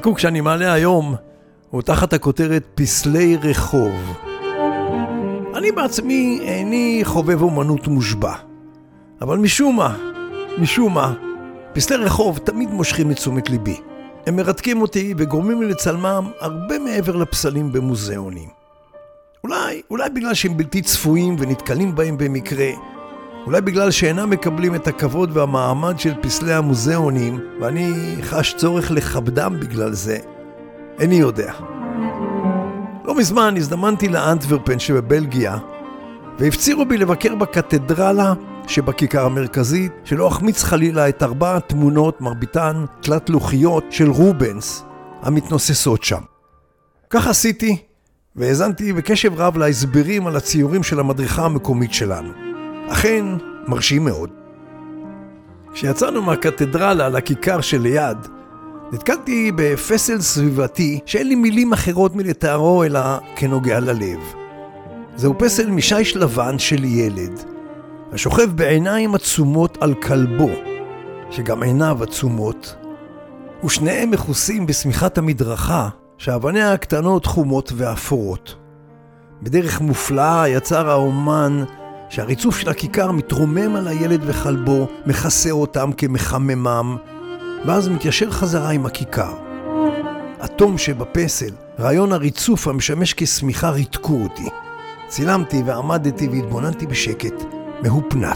החיקוק שאני מעלה היום הוא תחת הכותרת פסלי רחוב. אני בעצמי איני חובב אומנות מושבע, אבל משום מה, פסלי רחוב תמיד מושכים את תשומת ליבי. הם מרתקים אותי וגורמים לי לצלמם הרבה מעבר לפסלים במוזיאונים. אולי בגלל שהם בלתי צפויים ונתקלים בהם במקרה, אולי בגלל שאינם מקבלים את הכבוד והמעמד של פסלי המוזיאונים, ואני חש צורך לכבדם בגלל זה, איני יודע. לא מזמן הזדמנתי לאנטוורפן שבבלגיה, והפצירו בי לבקר בקתדרלה שבכיכר המרכזית, שלא אחמיץ חלילה את 4 תמונות, מרביתן תלת לוחיות של רובנס, המתנוססות שם. כך עשיתי, והאזנתי בקשב רב להסברים על הציורים של המדריכה המקומית שלנו. אכן, מרשים מאוד. כשיצאנו מהקתדרלה לכיכר שליד, נתקלתי בפסל סביבתי שאין לי מילים אחרות מלתארו אלא כנוגע ללב. זהו פסל משיש לבן של ילד, השוכב בעיניים עצומות על כלבו, שגם עיניו עצומות, ושניהם מכוסים בסמיכת המדרכה, שאבניה הקטנות חומות ואפורות. בדרך מופלאה יצר האומן שהריצוף של הכיכר מתרומם על הילד וכלבו, מכסה אותם כמחממם, ואז מתיישר חזרה עם הכיכר. התום שבפסל, רעיון הריצוף המשמש כסמיכה ריתקו אותי. צילמתי ועמדתי והתבוננתי בשקט, מהופנת.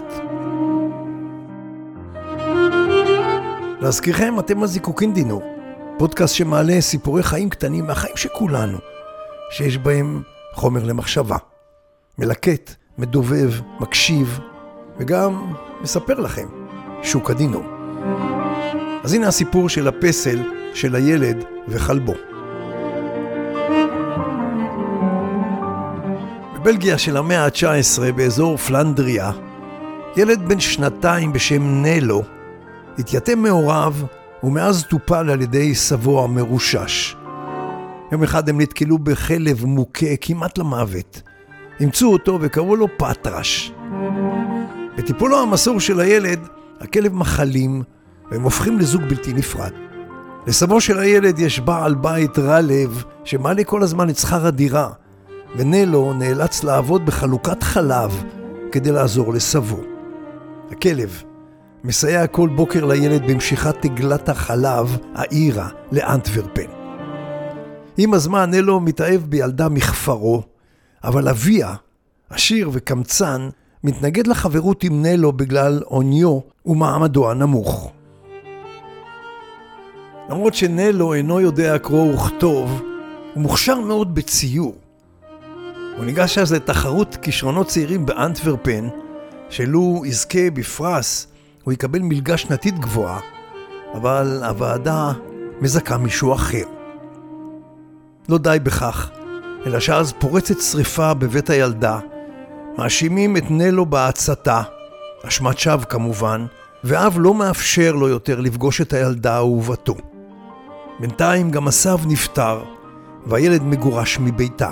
להזכירכם, אתם על זיקוקין דינור, פודקאסט שמעלה סיפורי חיים קטנים מהחיים שכולנו, שיש בהם חומר למחשבה. מלקט, מדובב, מקשיב, וגם מספר לכם, שוק הדינור. אז הנה הסיפור של הפסל של הילד וכלבו. בבלגיה של המאה ה-19, באזור פלנדריה, ילד בן 2 בשם נלו התייתם מהוריו ומאז טופל על ידי סבו המרושש. יום אחד הם נתקלו בחלב מוכה כמעט למוות. אימצו אותו וקראו לו פטרש. בטיפולו המסור של הילד, הכלב מחלים והם הופכים לזוג בלתי נפרד. לסבו של הילד יש בעל בית רע לב שמעלה כל הזמן את שכר הדירה, ונלו נאלץ לעבוד בחלוקת חלב כדי לעזור לסבו. הכלב מסייע כל בוקר לילד במשיכת תגלת החלב העירה לאנטוורפן. עם הזמן נלו מתאהב בילדה מכפרו, אבל אביה, עשיר וקמצן, מתנגד לחברות עם נלו בגלל עוניו ומעמדו הנמוך. למרות שנלו אינו יודע קרוא וכתוב, הוא מוכשר מאוד בציור. הוא ניגש אז לתחרות כישרונות צעירים באנטוורפן, שלו יזכה בפרס, הוא יקבל מלגה שנתית גבוהה, אבל הוועדה מזכה מישהו אחר. לא די בכך, אלא שאז פורצת שריפה בבית הילדה, מאשימים את נלו בהצתה, אשמת שווא כמובן, ואב לא מאפשר לו יותר לפגוש את הילדה אהובתו. בינתיים גם הסב נפטר, והילד מגורש מביתם.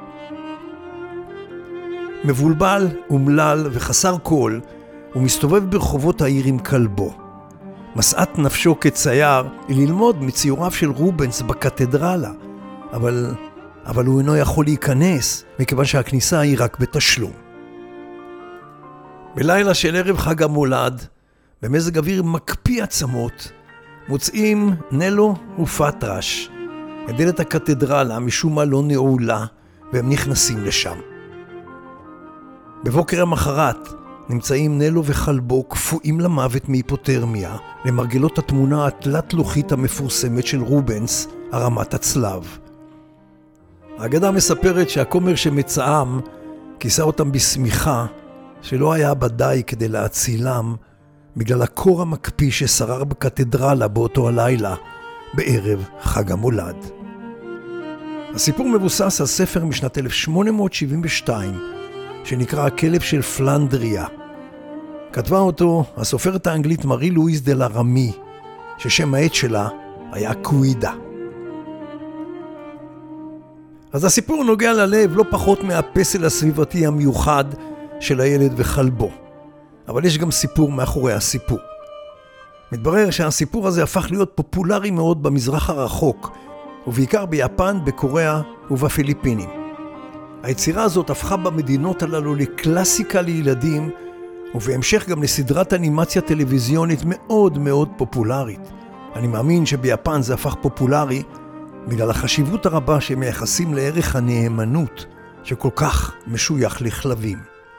מבולבל, אומלל וחסר קול, הוא מסתובב ברחובות העיר עם כלבו. משאת נפשו כצייר היא ללמוד מציוריו של רובנס בקתדרלה, אבל הוא אינו יכול להיכנס, מכיוון שהכניסה היא רק בתשלום. בלילה של ערב חג המולד, במזג אוויר מקפיא עצמות, מוצאים נלו ופטרש. דלת הקתדרלה משום מה לא נעולה, והם נכנסים לשם. בבוקר המחרת נמצאים נלו וכלבו קפואים למוות מהיפותרמיה, למרגלות התמונה התלת לוחית המפורסמת של רובנס, הרמת הצלב. האגדה מספרת שהכומר שמצאם כיסה אותם בסמיכה שלא היה בדי כדי להצילם בגלל הקור המקפיא ששרר בקתדרלה באותו הלילה בערב חג המולד. הסיפור מבוסס על ספר משנת 1872 שנקרא הכלב של פלנדריה. כתבה אותו הסופרת האנגלית מארי לואיז דה לרמי, ששם העט שלה היה קווידה. אז הסיפור נוגע ללב לא פחות מהפסל הסביבתי המיוחד של הילד וכלבו. אבל יש גם סיפור מאחורי הסיפור. מתברר שהסיפור הזה הפך להיות פופולרי מאוד במזרח הרחוק, ובעיקר ביפן, בקוריאה ובפיליפינים. היצירה הזאת הפכה במדינות הללו לקלאסיקה לילדים, ובהמשך גם לסדרת אנימציה טלוויזיונית מאוד מאוד פופולרית. אני מאמין שביפן זה הפך פופולרי בגלל החשיבות הרבה שמייחסים לערך הנאמנות שכל כך משוייך לכלבים.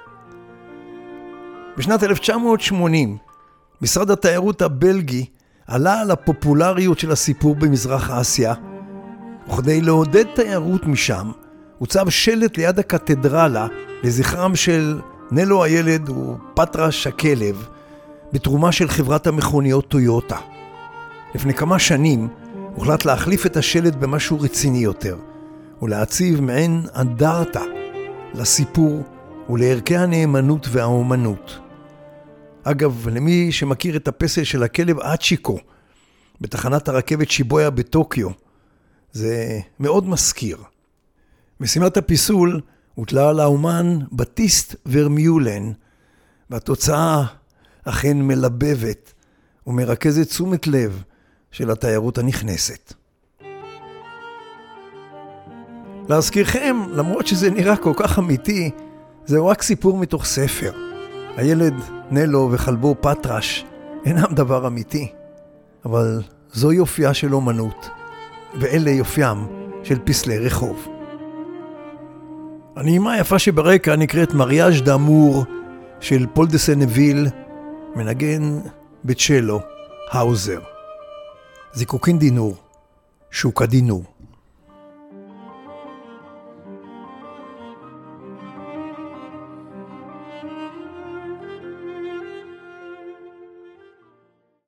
בשנת 1980 משרד התיירות הבלגי עלה על הפופולריות של הסיפור במזרח אסיה, וכדי לעודד תיירות משם הוצב שלט ליד הקתדרלה לזכרם של נלו הילד ופטרש הכלב בתרומה של חברת המכוניות טויוטה. לפני כמה שנים הוחלט להחליף את השלט במשהו רציני יותר ולהציב מעין אנדרטה לסיפור ולערכי הנאמנות והאומנות. אגב, למי שמכיר את הפסל של הכלב אצ'יקו בתחנת הרכבת שיבויה בטוקיו, זה מאוד מזכיר. משימת הפיסול הוטלה על האומן בטיסט ורמיולן, והתוצאה אכן מלבבת ומרכזת תשומת לב של התיירות הנכנסת. להזכירכם, למרות שזה נראה כל כך אמיתי, זהו רק סיפור מתוך ספר. הילד נלו וחלבו פטרש אינם דבר אמיתי, אבל זו יופייה של אומנות, ואלה יופיים של פסלי רחוב. הנעימה היפה שברקע נקראת מריאז' דאמור של פול דה סנביל, מנגן בצ'לו האוזר. זיקוקין דינור, שוקה דינור.